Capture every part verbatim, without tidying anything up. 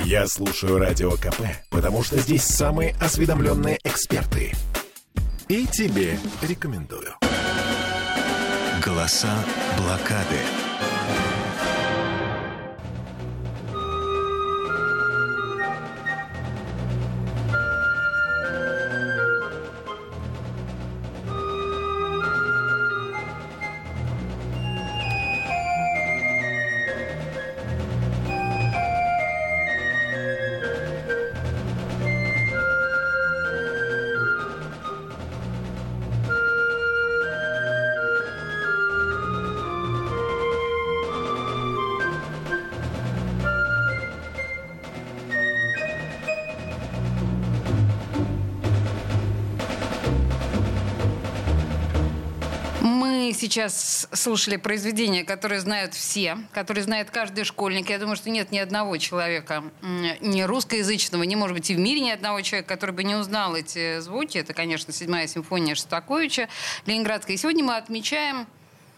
Я слушаю Радио КП, потому что здесь самые осведомленные эксперты. И тебе рекомендую. Голоса блокады. Сейчас слушали произведения, которые знают все, которые знает каждый школьник. Я думаю, что нет ни одного человека, ни русскоязычного, ни, может быть, и в мире ни одного человека, который бы не узнал эти звуки. Это, конечно, седьмая симфония Шостаковича, Ленинградская. И сегодня мы отмечаем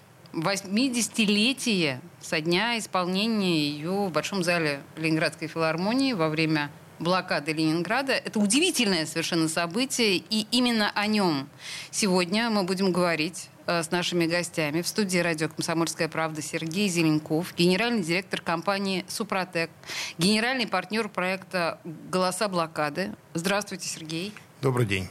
восьмидесятилетие со дня исполнения ее в Большом зале Ленинградской филармонии во время блокады Ленинграда. Это удивительное совершенно событие, и именно о нем сегодня мы будем говорить с нашими гостями. В студии радио «Комсомольская правда» Сергей Зеленков, генеральный директор компании «Супротек», генеральный партнер проекта «Голоса блокады». Здравствуйте, Сергей. Добрый день.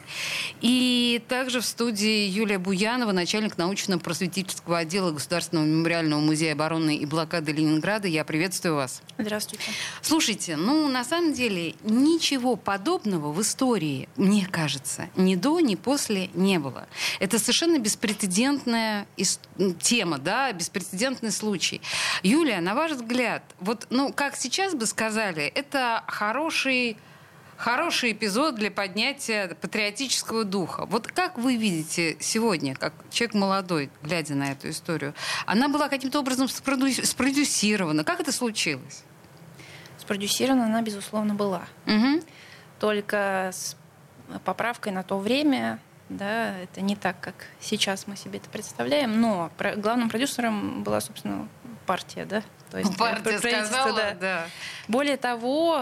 И также в студии Юлия Буянова, начальник научно-просветительского отдела Государственного мемориального музея обороны и блокады Ленинграда. Я приветствую вас. Здравствуйте. Слушайте, ну, на самом деле, ничего подобного в истории, мне кажется, ни до, ни после не было. Это совершенно беспрецедентная тема, да, беспрецедентный случай. Юлия, на ваш взгляд, вот, ну, как сейчас бы сказали, это хороший... Хороший эпизод для поднятия патриотического духа. Вот как вы видите сегодня, как человек молодой, глядя на эту историю, она была каким-то образом спродюсирована? Как это случилось? Спродюсирована она, безусловно, была. Угу. Только с поправкой на то время, да, это не так, как сейчас мы себе это представляем, но главным продюсером была, собственно, партия, да? То есть партия сказала, да. да. Более того,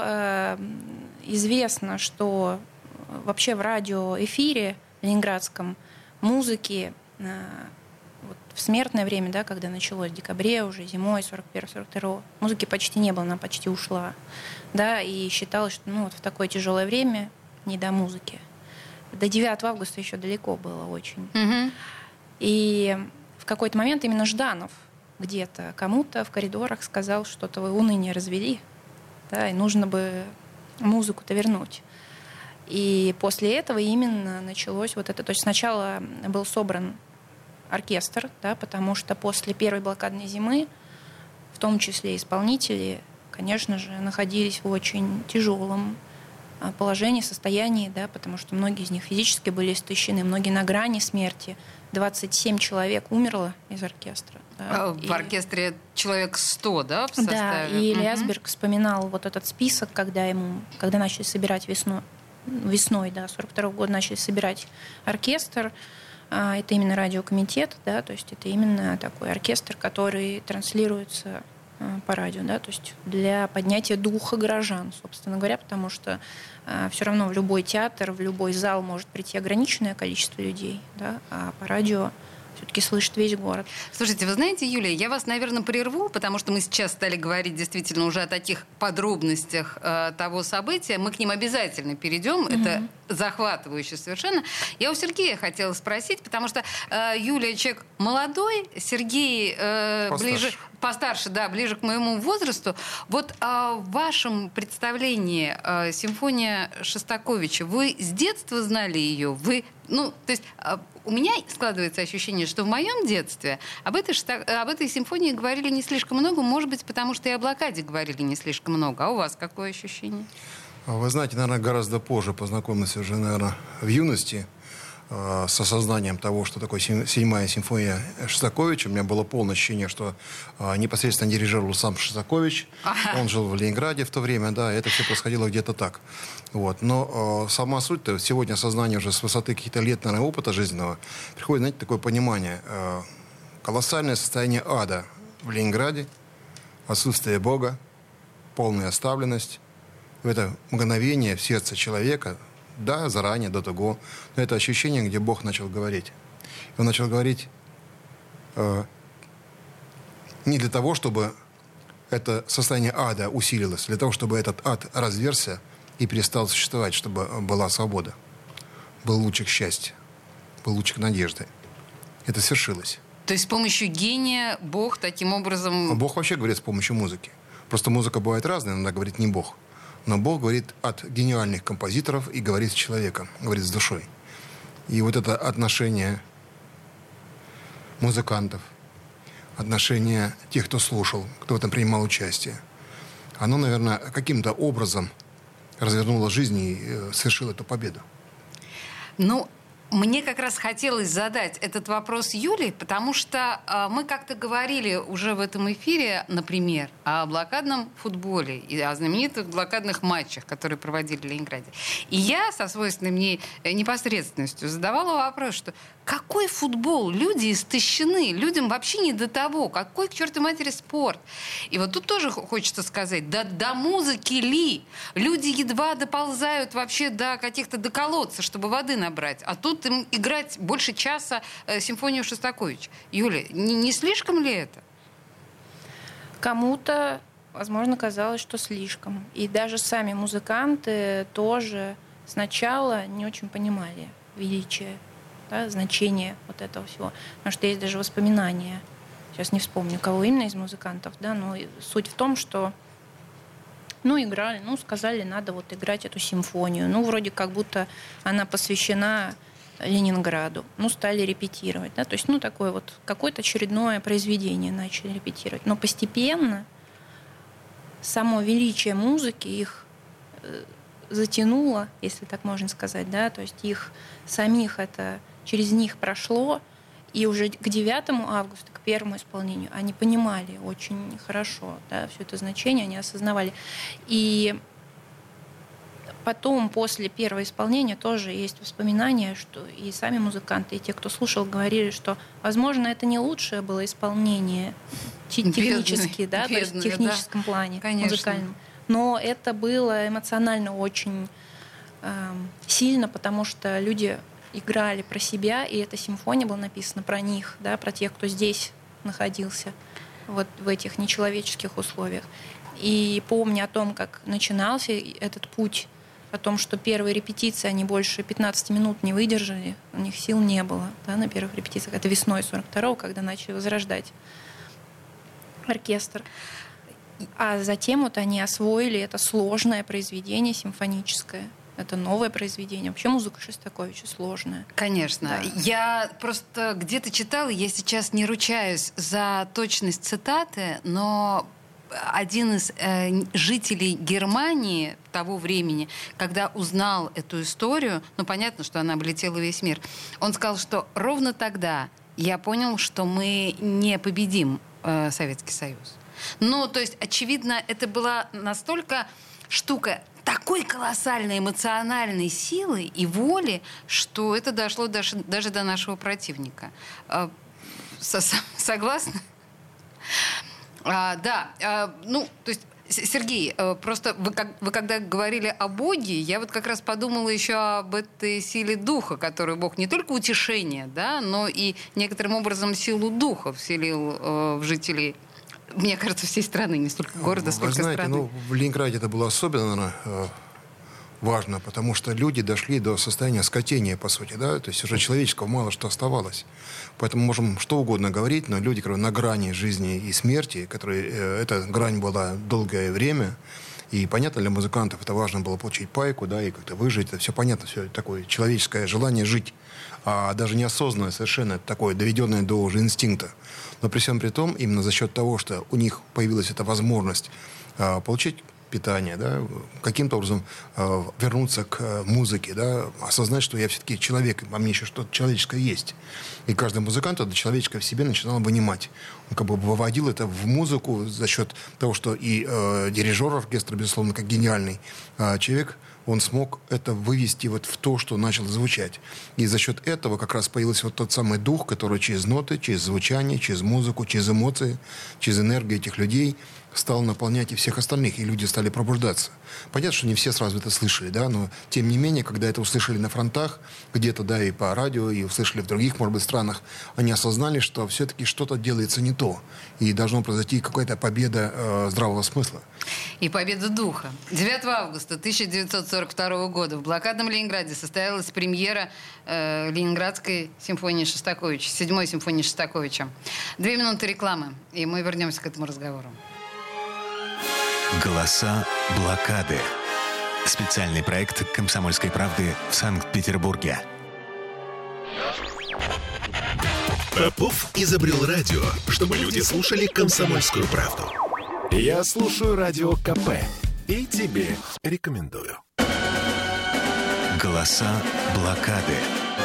известно, что вообще в радиоэфире ленинградском музыки вот в смертное время, да, когда началось в декабре, уже зимой сорок первого сорок второго, музыки почти не было, она почти ушла. Да, и считалось, что ну, вот в такое тяжелое время не до музыки. До девятого августа еще далеко было очень. Угу. И в какой-то момент именно Жданов где-то кому-то в коридорах сказал, что-то вы уныние развели, да, и нужно бы музыку-то вернуть. И после этого именно началось вот это. То есть сначала был собран оркестр, да, потому что после первой блокадной зимы, в том числе исполнители, конечно же, находились в очень тяжелом положении, состоянии, да, потому что многие из них физически были истощены, многие на грани смерти. двадцать семь человек умерло из оркестра. Да, в и... оркестре человек сто, да, в составе? Да, и угу. Лясберг вспоминал вот этот список, когда ему, когда начали собирать весной, весной, да, сорок второго года начали собирать оркестр. Это именно радиокомитет, да, то есть это именно такой оркестр, который транслируется по радио, да, то есть для поднятия духа горожан, собственно говоря, потому что э, все равно в любой театр, в любой зал может прийти ограниченное количество людей, да, а по радио все-таки слышит весь город. Слушайте, вы знаете, Юлия, я вас, наверное, прерву, потому что мы сейчас стали говорить действительно уже о таких подробностях э, того события. Мы к ним обязательно перейдем. Mm-hmm. Это захватывающе совершенно. Я у Сергея хотела спросить, потому что э, Юлия человек молодой, Сергей э, ближе... Постарше, да, ближе к моему возрасту. Вот а, в вашем представлении а, симфония Шостаковича, вы с детства знали ее? Вы, ну, то есть а, у меня складывается ощущение, что в моем детстве об этой, об этой симфонии говорили не слишком много, может быть, потому что и о блокаде говорили не слишком много. А у вас какое ощущение? Вы знаете, наверное, гораздо позже познакомился уже, наверное, в юности с осознанием того, что такое седьмая симфония Шостаковича. У меня было полное ощущение, что а, непосредственно дирижировал сам Шостакович. Ага. Он жил в Ленинграде в то время, да, это все происходило где-то так. Вот. Но а, сама суть-то, сегодня осознание уже с высоты каких-то лет, наверное, опыта жизненного, приходит, знаете, такое понимание. А, колоссальное состояние ада в Ленинграде, отсутствие Бога, полная оставленность, в это мгновение в сердце человека, да, заранее, до того, но это ощущение, где Бог начал говорить. Он начал говорить э, не для того, чтобы это состояние ада усилилось, для того, чтобы этот ад разверся и перестал существовать, чтобы была свобода, был лучик счастья, был лучик надежды. Это свершилось. То есть с помощью гения Бог таким образом... А Бог вообще говорит с помощью музыки. Просто музыка бывает разная, иногда говорит не Бог. Но Бог говорит от гениальных композиторов и говорит с человеком, говорит с душой. И вот это отношение музыкантов, отношение тех, кто слушал, кто в этом принимал участие, оно, наверное, каким-то образом развернуло жизнь и совершило эту победу. Ну, мне как раз хотелось задать этот вопрос Юлии, потому что э, мы как-то говорили уже в этом эфире, например, о блокадном футболе и о знаменитых блокадных матчах, которые проводили в Ленинграде. И я со свойственной мне непосредственностью задавала вопрос, что какой футбол? Люди истощены, людям вообще не до того. Какой, к чертовой матери, спорт? И вот тут тоже хочется сказать, да до музыки ли? Люди едва доползают вообще до каких-то до колодца, чтобы воды набрать. А тут им играть больше часа э, симфонию Шостаковича. Юля, не, не слишком ли это? Кому-то, возможно, казалось, что слишком. И даже сами музыканты тоже сначала не очень понимали величие, да, значение вот этого всего. Потому что есть даже воспоминания. Сейчас не вспомню, кого именно из музыкантов, да, но суть в том, что ну, играли, ну, сказали, надо вот играть эту симфонию. Ну, вроде как будто она посвящена Ленинграду. Ну, стали репетировать, да, то есть, ну, такое вот какое-то очередное произведение начали репетировать. Но постепенно само величие музыки их затянуло, если так можно сказать, да, то есть их самих это через них прошло, и уже к девятому августа, к первому исполнению, они понимали очень хорошо, да, все это значение, они осознавали. И потом, после первого исполнения, тоже есть воспоминания, что и сами музыканты, и те, кто слушал, говорили, что, возможно, это не лучшее было исполнение технически, да, то есть в техническом да. плане, Конечно. Музыкальном. Но это было эмоционально очень э, сильно, потому что люди играли про себя, и эта симфония была написана про них, да, про тех, кто здесь находился, вот в этих нечеловеческих условиях. И помня о том, как начинался этот путь, о том, что первые репетиции, они больше пятнадцати минут не выдержали, у них сил не было, да, на первых репетициях. Это весной сорок второго, когда начали возрождать оркестр. А затем вот они освоили это сложное произведение симфоническое. Это новое произведение. Вообще музыка Шостаковича сложная. Конечно. Да. Я просто где-то читала, я сейчас не ручаюсь за точность цитаты, но один из э, жителей Германии того времени, когда узнал эту историю, ну, понятно, что она облетела весь мир, он сказал, что ровно тогда я понял, что мы не победим э, Советский Союз. Ну, то есть, очевидно, это была настолько штука такой колоссальной эмоциональной силы и воли, что это дошло даже, даже до нашего противника. Э, со- согласны? А, да, а, ну, то есть, Сергей, просто вы, как, вы когда говорили о Боге, я вот как раз подумала еще об этой силе духа, которую Бог не только утешение, да, но и некоторым образом силу духа вселил э, в жителей, мне кажется, всей страны, не столько города, сколько Вы знаете, страны. ну, в Ленинграде это было особенно, наверное, важно, потому что люди дошли до состояния скотения, по сути, да, то есть уже человеческого мало что оставалось. Поэтому можем что угодно говорить, но люди, которые на грани жизни и смерти, которые, э, эта грань была долгое время, и понятно, для музыкантов это важно было получить пайку, да, и как-то выжить, это все понятно, все такое человеческое желание жить, а даже неосознанное совершенно, такое доведенное до уже инстинкта. Но при всем при том, именно за счет того, что у них появилась эта возможность э, получить питание, да, каким-то образом э, вернуться к э, музыке, да, осознать, что я все-таки человек, во мне еще что-то человеческое есть. И каждый музыкант это человеческое в себе начинал вынимать. Он как бы выводил это в музыку за счет того, что и э, дирижер оркестра, безусловно, как гениальный э, человек, он смог это вывести вот в то, что начало звучать. И за счет этого как раз появился вот тот самый дух, который через ноты, через звучание, через музыку, через эмоции, через энергию этих людей стал наполнять и всех остальных, и люди стали пробуждаться. Понятно, что не все сразу это слышали, да, но тем не менее, когда это услышали на фронтах, где-то, да, и по радио, и услышали в других, может быть, странах, они осознали, что все-таки что-то делается не то, и должна произойти какая-то победа э, здравого смысла. И победа духа. девятого августа тысяча девятьсот сорок второго года в блокадном Ленинграде состоялась премьера э, Ленинградской симфонии Шостаковича, седьмой симфонии Шостаковича. Две минуты рекламы, и мы вернемся к этому разговору. Голоса блокады. Специальный проект «Комсомольской правды» в Санкт-Петербурге. Попов изобрел радио, чтобы люди слушали «Комсомольскую правду». Я слушаю Радио КП и тебе рекомендую. Голоса блокады.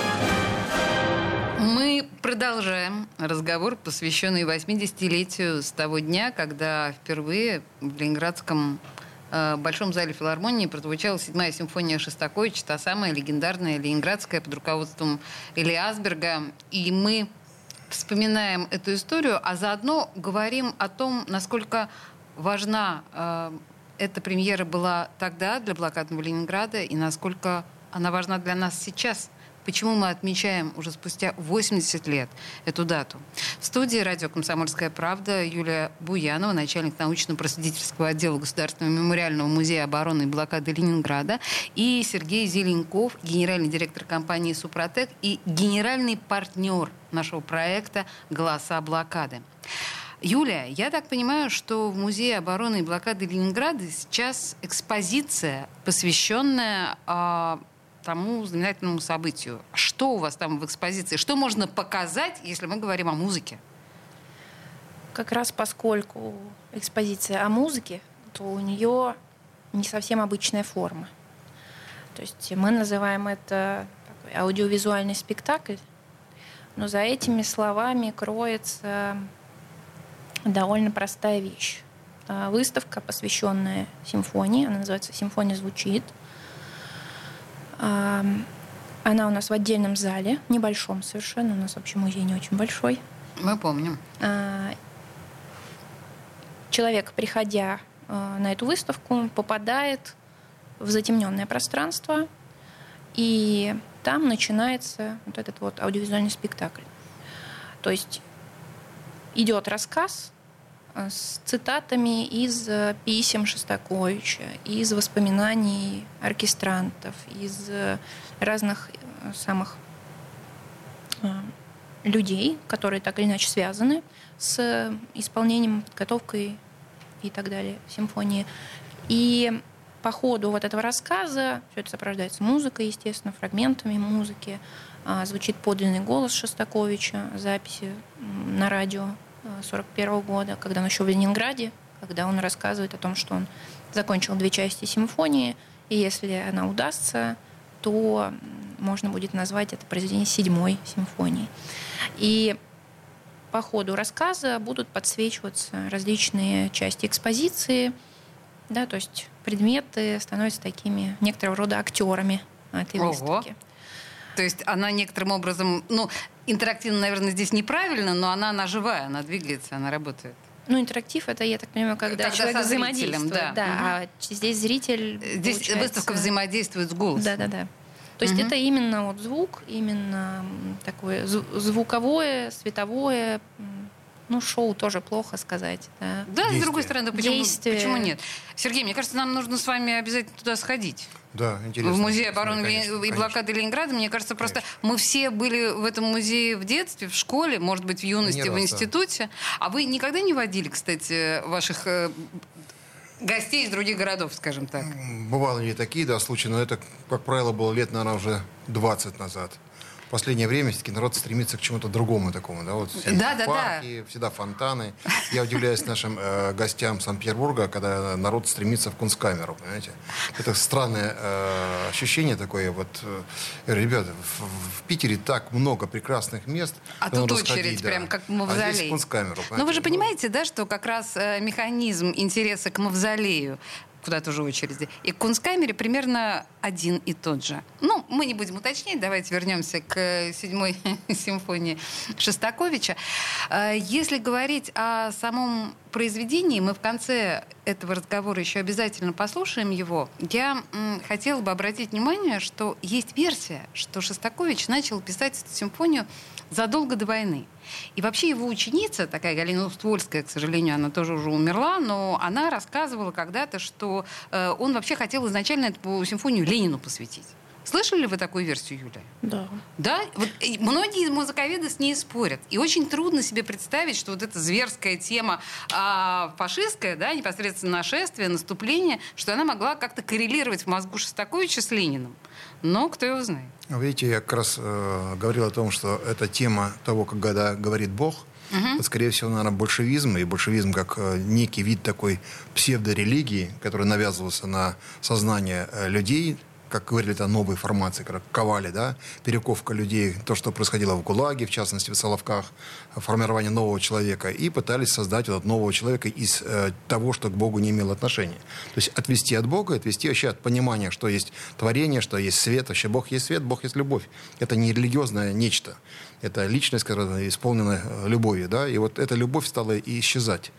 Мы продолжаем разговор, посвященный восьмидесятилетию с того дня, когда впервые в Ленинградском э, Большом зале филармонии прозвучала седьмая симфония Шостаковича, та самая легендарная ленинградская под руководством Эли Асберга. И мы вспоминаем эту историю, а заодно говорим о том, насколько важна э, эта премьера была тогда для блокадного Ленинграда и насколько она важна для нас сейчас. Почему мы отмечаем уже спустя восемьдесят лет эту дату? В студии радио «Комсомольская правда» Юлия Буянова, начальник научно-просветительского отдела Государственного мемориального музея обороны и блокады Ленинграда, и Сергей Зеленков, генеральный директор компании «Супротек» и генеральный партнер нашего проекта «Голоса блокады». Юлия, я так понимаю, что в Музее обороны и блокады Ленинграда сейчас экспозиция, посвященная а, тому знаменательному событию. Что у вас там в экспозиции? Что можно показать, если мы говорим о музыке? Как раз поскольку экспозиция о музыке, то у нее не совсем обычная форма. То есть мы называем это такой аудиовизуальный спектакль, но за этими словами кроется довольно простая вещь. Выставка, посвященная симфонии, она называется «Симфония звучит». Она у нас в отдельном зале, небольшом совершенно, у нас вообще музей не очень большой. Мы помним. Человек, приходя на эту выставку, попадает в затемненное пространство, и там начинается вот этот вот аудиовизуальный спектакль. То есть идет рассказ с цитатами из писем Шостаковича, из воспоминаний оркестрантов, из разных самых людей, которые так или иначе связаны с исполнением, подготовкой и так далее симфонии. И по ходу вот этого рассказа все это сопровождается музыкой, естественно, фрагментами музыки. Звучит подлинный голос Шостаковича, записи на радио сорок первого года, когда он еще в Ленинграде, когда он рассказывает о том, что он закончил две части симфонии, и если она удастся, то можно будет назвать это произведение седьмой симфонией. И по ходу рассказа будут подсвечиваться различные части экспозиции, да, то есть предметы становятся такими некоторого рода актерами этой выставки. То есть она некоторым образом, ну, интерактивно, наверное, здесь неправильно, но она, она живая, она двигается, она работает. Ну, интерактив — это, я так понимаю, когда, когда человек взаимодействует. Да. Да. Угу. А здесь зритель, здесь получается... выставка взаимодействует с голосом. Да-да-да. То есть угу. это именно вот звук, именно такое звуковое, световое. Ну, шоу тоже плохо сказать. Да, да с другой стороны, почему, почему нет? Сергей, мне кажется, нам нужно с вами обязательно туда сходить. Да, интересно. В музей обороны конечно, и блокады конечно. Ленинграда. Мне кажется, просто конечно. мы все были в этом музее в детстве, в школе, может быть, в юности, не в раз, институте. Да. А вы никогда не водили, кстати, ваших э, гостей из других городов, скажем так? Бывали и такие, да, случаи, но это, как правило, было лет, наверное, уже двадцать назад. В последнее время все-таки народ стремится к чему-то другому такому, да, вот да, да, парки, да. всегда фонтаны. Я удивляюсь нашим э, гостям Санкт-Петербурга, когда народ стремится в Кунсткамеру, понимаете. Это странное э, ощущение такое, вот, э, ребята, в, в Питере так много прекрасных мест. А тут очередь, сходить, прям да. как в мавзолей. А здесь Кунсткамеру, но вы же понимаете, да, что как раз э, механизм интереса к мавзолею, к куда тоже очереди. И к Кунсткамере примерно один и тот же. Ну, мы не будем уточнять, давайте вернемся к седьмой симфонии Шостаковича. Если говорить о самом произведении, мы в конце этого разговора еще обязательно послушаем его. Я м, хотела бы обратить внимание, что есть версия, что Шостакович начал писать эту симфонию задолго до войны. И вообще его ученица, такая Галина Уствольская, к сожалению, она тоже уже умерла, но она рассказывала когда-то, что э, он вообще хотел изначально эту симфонию Ленину посвятить. Слышали ли вы такую версию, Юлия? Да. Да? Вот, многие музыковеды с ней спорят. И очень трудно себе представить, что вот эта зверская тема а, фашистская, да, непосредственно нашествие, наступление, что она могла как-то коррелировать в мозгу Шостаковича с Лениным. Но кто его знает? Видите, я как раз э, говорил о том, что эта тема того, когда говорит Бог, угу. это, скорее всего, наверное, большевизм, и большевизм как э, некий вид такой псевдорелигии, который навязывался на сознание э, людей, как говорили, это новые формации, как ковали, да, перековка людей, то, что происходило в ГУЛАГе, в частности, в Соловках, формирование нового человека, и пытались создать вот нового человека из э, того, что к Богу не имело отношения. То есть отвести от Бога, отвести вообще от понимания, что есть творение, что есть свет, вообще Бог есть свет, Бог есть любовь. Это не религиозное нечто. Это личность, которая исполнена любовью, да, и вот эта любовь стала и исчезать.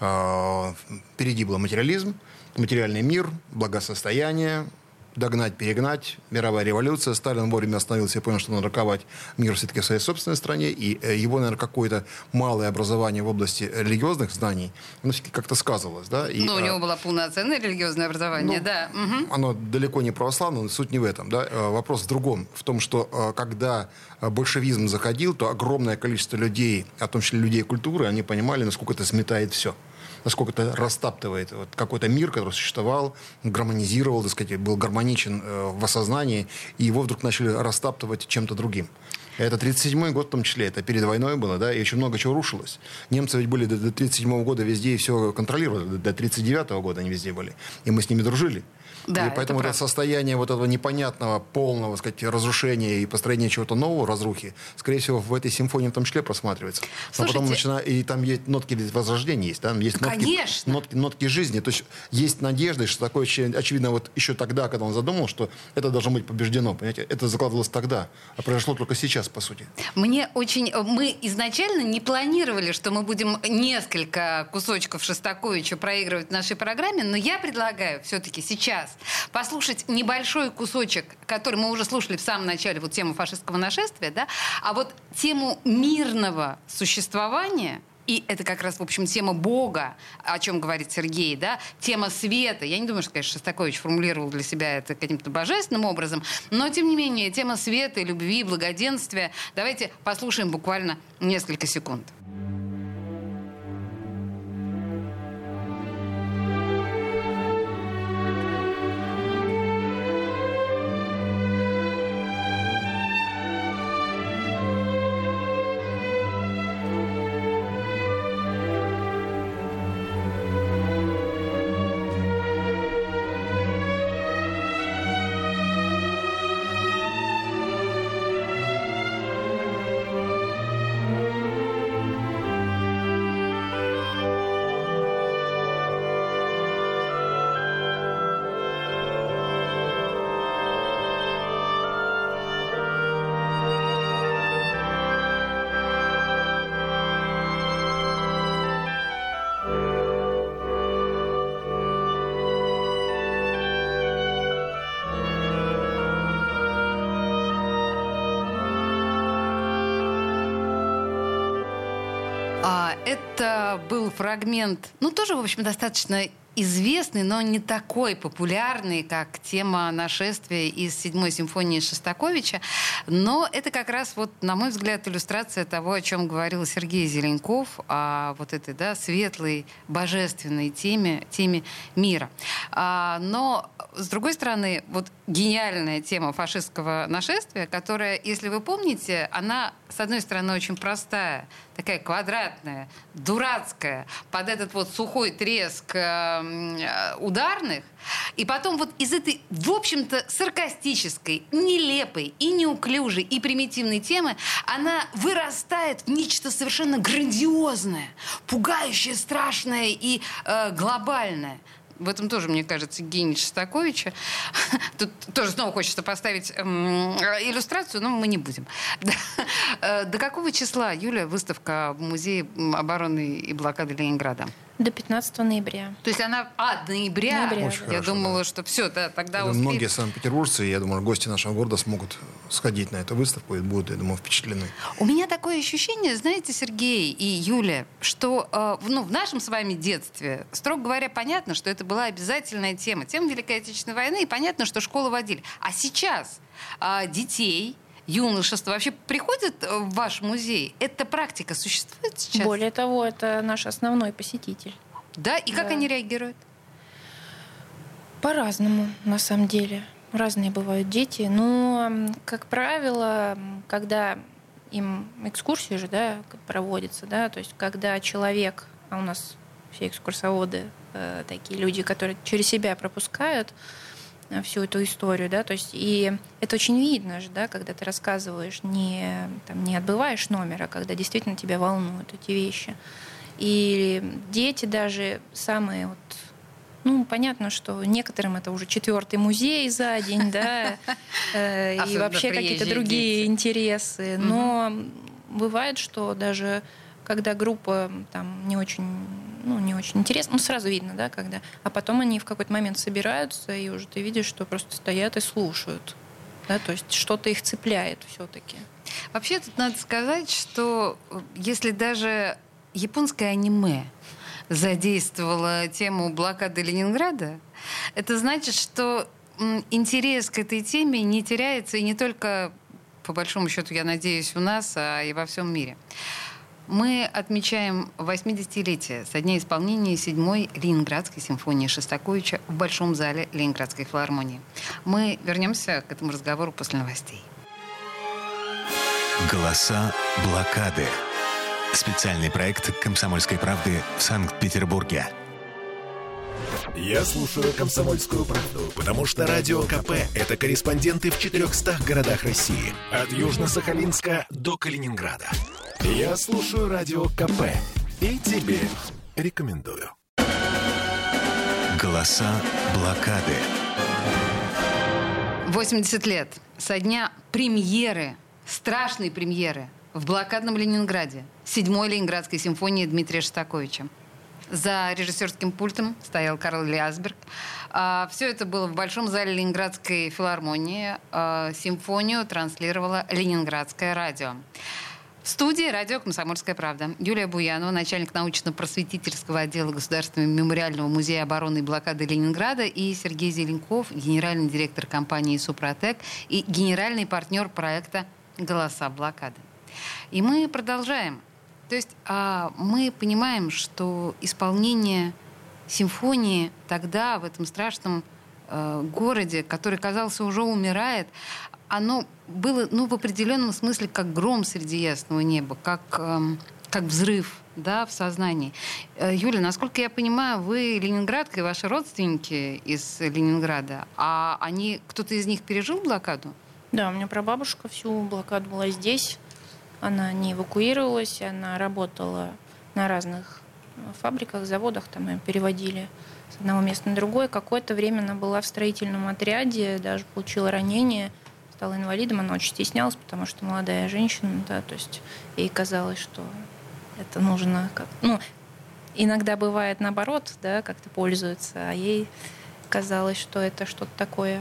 Э, впереди был материализм, материальный мир, благосостояние, догнать, перегнать, мировая революция. Сталин вовремя остановился и понял, что надо ковать мир все-таки в своей собственной стране. И его, наверное, какое-то малое образование в области религиозных знаний, оно все-таки как-то сказывалось. Да? И, ну, у него было полноценное религиозное образование, ну, да. Угу. Оно далеко не православное, но суть не в этом. Да? Вопрос в другом. В том, что когда большевизм заходил, то огромное количество людей, в том числе людей культуры, они понимали, насколько это сметает все. Насколько это растаптывает вот какой-то мир, который существовал, гармонизировал, так сказать, был гармоничен э, в осознании, и его вдруг начали растаптывать чем-то другим. Это тридцать седьмой год в том числе, это перед войной было, да, и очень много чего рушилось. Немцы ведь были до, до тридцать седьмого года везде и все контролировали, до тридцать девятого года они везде были, и мы с ними дружили. Да, и поэтому это, это состояние вот этого непонятного, полного, так сказать, разрушения и построения чего-то нового, разрухи, скорее всего, в этой симфонии в том числе просматривается. Слушайте, но потом начинает, и там есть нотки возрождения, есть, там есть нотки, нотки, нотки жизни. То есть есть надежда, что такое, очевидно, вот еще тогда, когда он задумал, что это должно быть побеждено, понимаете, это закладывалось тогда, а произошло только сейчас, по сути. Мне очень... Мы изначально не планировали, что мы будем несколько кусочков Шостаковича проигрывать в нашей программе, но я предлагаю все-таки сейчас послушать небольшой кусочек, который мы уже слушали в самом начале, вот тему фашистского нашествия, да, а вот тему мирного существования, и это как раз, в общем, тема Бога, о чем говорит Сергей, да, тема света. Я не думаю, что, конечно, Шостакович формулировал для себя это каким-то божественным образом, но, тем не менее, тема света, любви, благоденствия. Давайте послушаем буквально несколько секунд. Это был фрагмент, ну, тоже, в общем, достаточно известный, но не такой популярный, как тема нашествия из седьмой симфонии Шостаковича. Но это как раз, вот, на мой взгляд, иллюстрация того, о чем говорил Сергей Зеленков, о вот этой, да, светлой, божественной теме, теме мира. А, но, с другой стороны, вот гениальная тема фашистского нашествия, которая, если вы помните, она, с одной стороны, очень простая, такая квадратная, дурацкая, под этот вот сухой треск э, ударных. И потом вот из этой, в общем-то, саркастической, нелепой и неуклюжей и примитивной темы она вырастает в нечто совершенно грандиозное, пугающее, страшное и э, глобальное. В этом тоже, мне кажется, гений Шостаковича. Тут тоже снова хочется поставить эм, иллюстрацию, но мы не будем. До какого числа, Юля, выставка в Музее обороны и блокады Ленинграда? До пятнадцатого ноября. То есть она... А, ноября? Ноября. Я хорошо, думала, да. что все, да, тогда Я думаю, успеем. многие санкт-петербуржцы, я думаю, гости нашего города смогут сходить на эту выставку и будут, я думаю, впечатлены. У меня такое ощущение, знаете, Сергей и Юля, что э, ну, в нашем с вами детстве, строго говоря, понятно, что это была обязательная тема. Тема Великой Отечественной войны, и понятно, что школы водили. А сейчас э, детей, юношество вообще приходят в ваш музей? Эта практика существует сейчас? Более того, это наш основной посетитель. Да? И как Да. они реагируют? По-разному, на самом деле. Разные бывают дети. Но, как правило, когда им экскурсии же, да, проводятся, да, то есть когда человек, а у нас все экскурсоводы э, такие люди, которые через себя пропускают э, всю эту историю, да, то есть и это очень видно же, да, когда ты рассказываешь, не, там, не отбываешь номер, а когда действительно тебя волнуют эти вещи. И дети даже самые вот, ну, понятно, что некоторым это уже четвертый музей за день, да, и Особенно вообще какие-то приезжие другие дети. интересы. Но бывает, что даже когда группа там не очень, ну, не очень интересна, ну, сразу видно, да, когда, а потом они в какой-то момент собираются, и уже ты видишь, что просто стоят и слушают, да, то есть что-то их цепляет все-таки. Вообще тут надо сказать, что если даже японское аниме задействовало тему блокады Ленинграда, это значит, что м, интерес к этой теме не теряется, и не только, по большому счету, я надеюсь, у нас, а и во всем мире. Мы отмечаем восьмидесятилетие со дня исполнения седьмой Ленинградской симфонии Шостаковича в Большом зале Ленинградской филармонии. Мы вернемся к этому разговору после новостей. Голоса блокады. Специальный проект «Комсомольской правды» в Санкт-Петербурге. Я слушаю «Комсомольскую правду», потому что Радио КП — это корреспонденты в четырехстах городах России. От Южно-Сахалинска до Калининграда. Я слушаю Радио КП и тебе рекомендую. Голоса блокады. восемьдесят лет со дня премьеры, страшной премьеры в блокадном Ленинграде седьмой Ленинградской симфонии Дмитрия Шостаковича. За режиссерским пультом стоял Карл Лясберг. А, все это было в Большом зале Ленинградской филармонии. А, симфонию транслировало Ленинградское радио. В студии радио «Комсомольская правда» Юлия Буянова, начальник научно-просветительского отдела Государственного мемориального музея обороны и блокады Ленинграда, и Сергей Зеленков, генеральный директор компании «Супротек» и генеральный партнер проекта «Голоса блокады». И мы продолжаем. То есть а, мы понимаем, что исполнение симфонии тогда, в этом страшном э, городе, который, казался, уже умирает, оно было, ну, в определенном смысле как гром среди ясного неба, как, э, как взрыв, да, в сознании. Э, Юля, насколько я понимаю, вы ленинградка и ваши родственники из Ленинграда, а они, кто-то из них пережил блокаду? Да, у меня прабабушка всю блокаду была здесь. Она не эвакуировалась, она работала на разных фабриках, заводах, там ее переводили с одного места на другое. Какое-то время она была в строительном отряде, даже получила ранение, стала инвалидом. Она очень стеснялась, потому что молодая женщина, да, то есть ей казалось, что это нужно как... Ну, иногда бывает наоборот, да, как-то пользуются, а ей казалось, что это что-то такое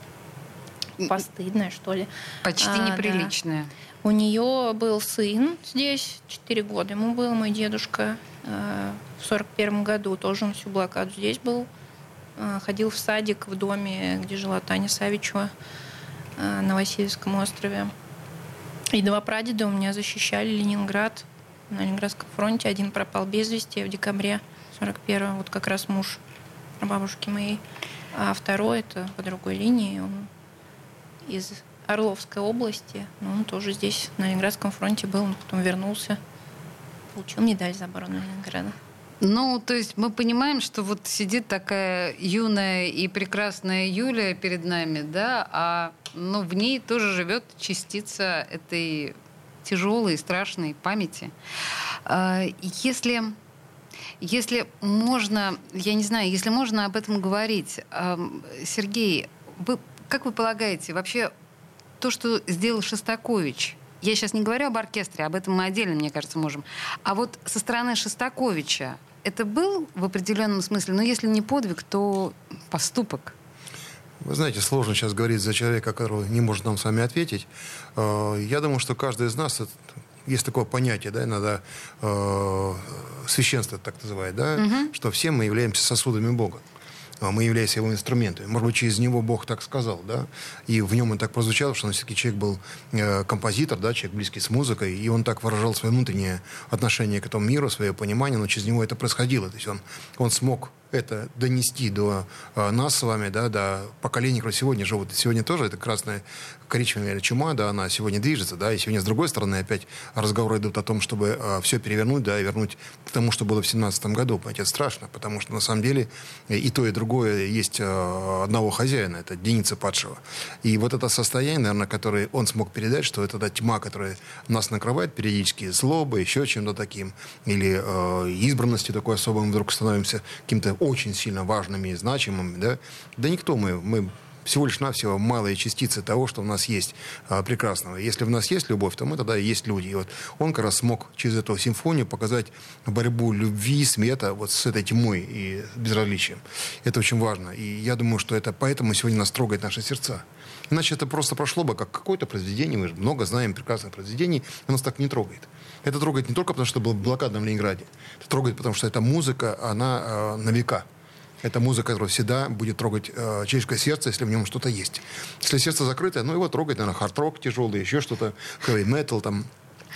постыдное, что ли. Почти А, неприличное. Да. У нее был сын здесь, четыре года ему был, мой дедушка. В сорок первом году тоже он всю блокаду здесь был. Ходил в садик в доме, где жила Таня Савичева на Васильевском острове. И два прадеда у меня защищали Ленинград на Ленинградском фронте. Один пропал без вести в декабре сорок первого, вот как раз муж бабушки моей. А второй, это по другой линии, он из Орловской области, но он тоже здесь на Ленинградском фронте был, он потом вернулся, получил медаль за оборону Ленинграда. Ну, то есть мы понимаем, что вот сидит такая юная и прекрасная Юлия перед нами, да, а ну, в ней тоже живет частица этой тяжелой, страшной памяти. Если, Если можно, я не знаю, если можно об этом говорить, Сергей, вы, как вы полагаете, вообще то, что сделал Шостакович, я сейчас не говорю об оркестре, об этом мы отдельно, мне кажется, можем, а вот со стороны Шостаковича это был в определенном смысле, но если не подвиг, то поступок? Вы знаете, сложно сейчас говорить за человека, который не может нам с вами ответить. Я думаю, что каждый из нас, есть такое понятие, да, иногда священство так называют, да, угу. что все мы являемся сосудами Бога. Мы являемся его инструментами. Может быть, через него Бог так сказал, да, и в нем он так прозвучал, что он все-таки человек был э, композитор, да, человек близкий с музыкой, и он так выражал свое внутреннее отношение к этому миру, свое понимание, но через него это происходило. То есть он, он смог это донести до э, нас с вами, да, до поколений, которые сегодня живут. И сегодня тоже эта красная, коричневая чума, да, она сегодня движется, да, и сегодня, с другой стороны, опять разговоры идут о том, чтобы э, все перевернуть, да, и вернуть к тому, что было в семнадцатом году. Понимаете, это страшно, потому что, на самом деле, и то, и другое есть э, одного хозяина, это Деница падшего. И вот это состояние, наверное, которое он смог передать, что это та тьма, которая нас накрывает периодически, злоба, еще чем-то таким, или э, избранностью такой особой, мы вдруг становимся каким-то очень сильно важными и значимыми, да, да никто мы, мы всего лишь навсего малые частицы того, что у нас есть а, прекрасного. Если в нас есть любовь, то мы тогда и есть люди. И вот он как раз смог через эту симфонию показать борьбу любви, света вот с этой тьмой и безразличием. Это очень важно. И я думаю, что это поэтому сегодня нас трогает наши сердца. Иначе это просто прошло бы как какое-то произведение. Мы же много знаем прекрасных произведений, но нас так не трогает. Это трогает не только потому, что было блокада в Ленинграде. Это трогает, потому что эта музыка, она э, на века. Это музыка, которая всегда будет трогать э, человеческое сердце, если в нем что-то есть. Если сердце закрытое, ну, его трогает, наверное, хард-рок тяжелый, еще что-то, хэви-метал, там.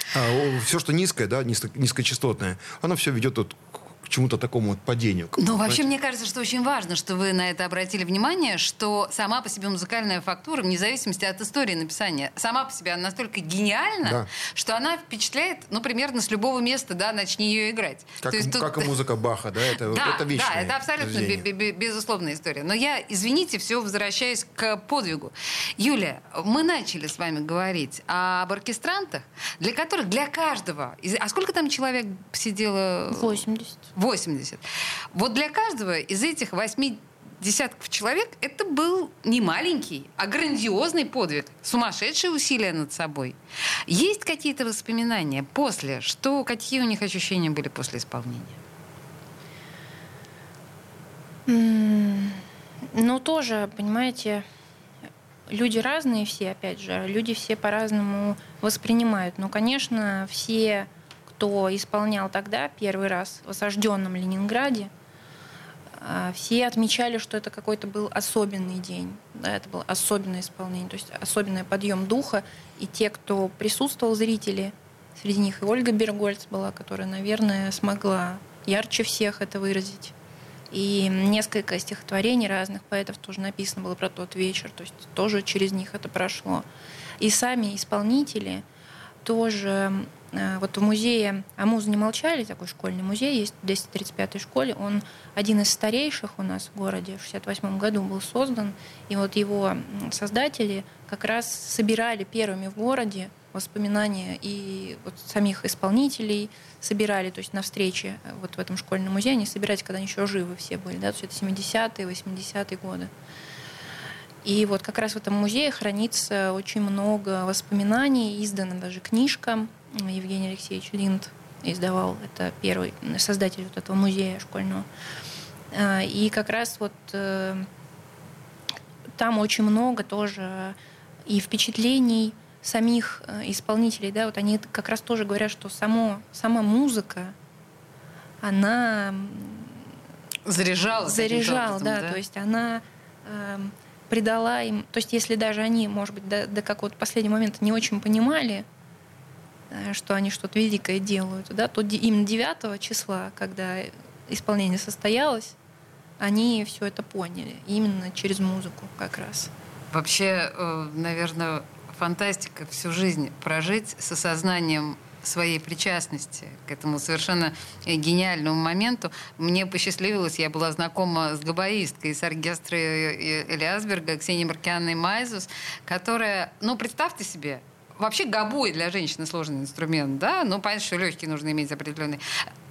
А, все, что низкое, да, низко, низкочастотное, оно все ведет вот к чему-то такому вот падению. Ну, вообще, мне кажется, что очень важно, что вы на это обратили внимание, что сама по себе музыкальная фактура, вне зависимости от истории написания, сама по себе она настолько гениальна, да. что она впечатляет, ну, примерно с любого места, да, начни ее играть. Как, То есть, как тут... и музыка Баха, да, это, да, это вечное да, это абсолютно б- б- безусловная история. Но я, извините, все возвращаюсь к подвигу. Юлия, мы начали с вами говорить об оркестрантах, для которых, для каждого, а сколько там человек сидело? восемьдесят. восемьдесят. Вот для каждого из этих восьми десятков человек это был не маленький, а грандиозный подвиг, сумасшедшие усилия над собой. Есть какие-то воспоминания после? Что, какие у них ощущения были после исполнения? Mm, ну, тоже, понимаете, люди разные все, опять же, люди все по-разному воспринимают. Но, конечно, все, кто исполнял тогда первый раз в осажденном Ленинграде, все отмечали, что это какой-то был особенный день. Да, это было особенное исполнение, то есть особенный подъем духа. И те, кто присутствовал, зрители, среди них и Ольга Бергольц была, которая, наверное, смогла ярче всех это выразить. И несколько стихотворений разных поэтов тоже написано было про тот вечер, то есть тоже через них это прошло. И сами исполнители тоже... Вот в музее «А музы не молчали», такой школьный музей есть в двести тридцать пятой школе, он один из старейших у нас в городе, в шестьдесят восьмом году был создан, и вот его создатели как раз собирали первыми в городе воспоминания и вот самих исполнителей собирали, то есть на встрече вот в этом школьном музее они собирались, когда они еще живы все были, да, то есть это семидесятые, восьмидесятые годы. И вот как раз в этом музее хранится очень много воспоминаний, издана даже книжка. Евгений Алексеевич Линд издавал, это первый создатель вот этого музея школьного. И как раз вот там очень много тоже и впечатлений самих исполнителей, да, вот они как раз тоже говорят, что само, сама музыка, она заряжала, заряжала, да, да, то есть она э, придала им, то есть если даже они, может быть, до, до какого-то последнего момента не очень понимали, что они что-то великое делают, да, то именно девятого числа, когда исполнение состоялось, они все это поняли. Именно через музыку как раз. Вообще, наверное, фантастика всю жизнь прожить с осознанием своей причастности к этому совершенно гениальному моменту. Мне посчастливилось, я была знакома с габаисткой из оркестра Элиасберга, Ксенией Маркианной Майзус, которая, ну, представьте себе, вообще гобой для женщины сложный инструмент, да? Ну, понятно, что легкие нужно иметь определенные.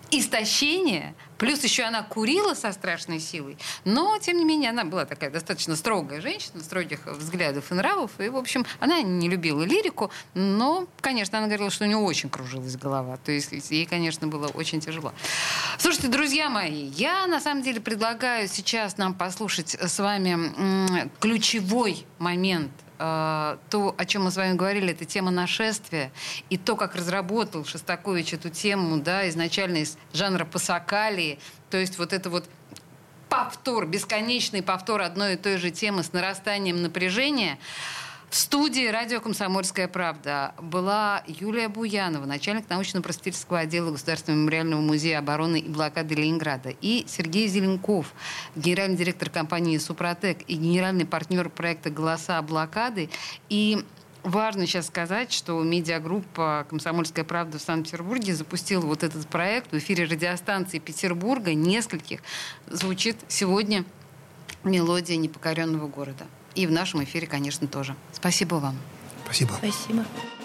истощение, плюс еще она курила со страшной силой, но, тем не менее, она была такая достаточно строгая женщина, строгих взглядов и нравов, и, в общем, она не любила лирику, но, конечно, она говорила, что у нее очень кружилась голова, то есть ей, конечно, было очень тяжело. Слушайте, друзья мои, я, на самом деле, предлагаю сейчас нам послушать с вами м- ключевой момент. То, о чем мы с вами говорили, это тема нашествия, и то, как разработал Шостакович эту тему, да, изначально из жанра пасакалии, то есть вот это вот повтор, бесконечный повтор одной и той же темы с нарастанием напряжения. В студии радио «Комсомольская правда» была Юлия Буянова, начальник научно-просветительского отдела Государственного мемориального музея обороны и блокады Ленинграда, и Сергей Зеленков, генеральный директор компании «Супротек» и генеральный партнер проекта «Голоса блокады». И важно сейчас сказать, что медиагруппа «Комсомольская правда» в Санкт-Петербурге запустила вот этот проект в эфире радиостанции Петербурга, нескольких. Звучит сегодня мелодия непокоренного города. И в нашем эфире, конечно, тоже. Спасибо вам. Спасибо. Спасибо.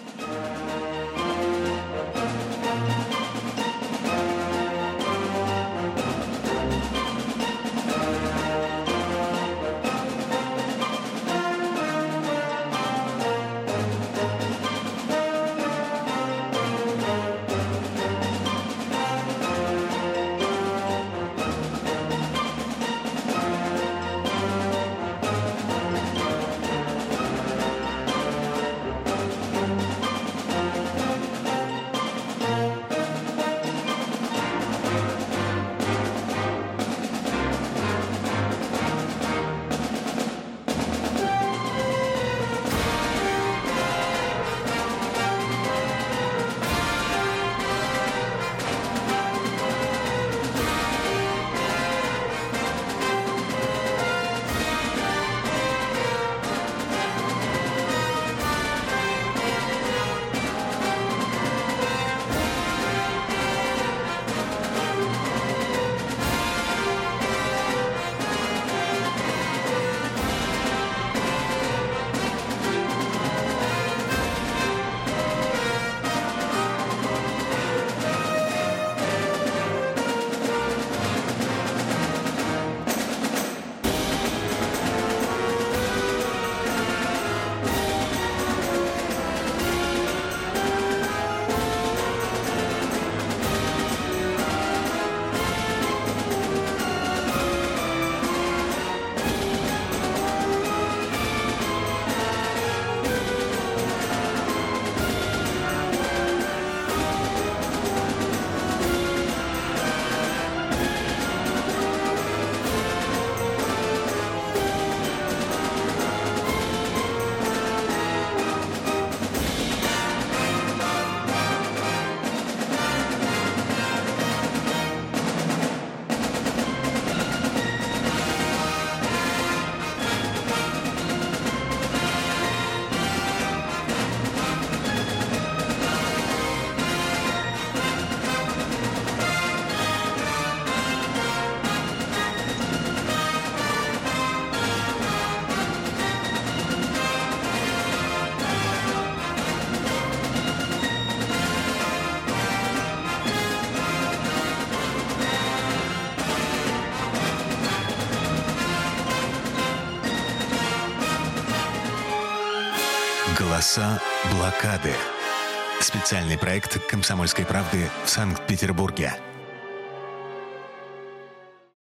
«Голоса блокады». Специальный проект «Комсомольской правды» в Санкт-Петербурге.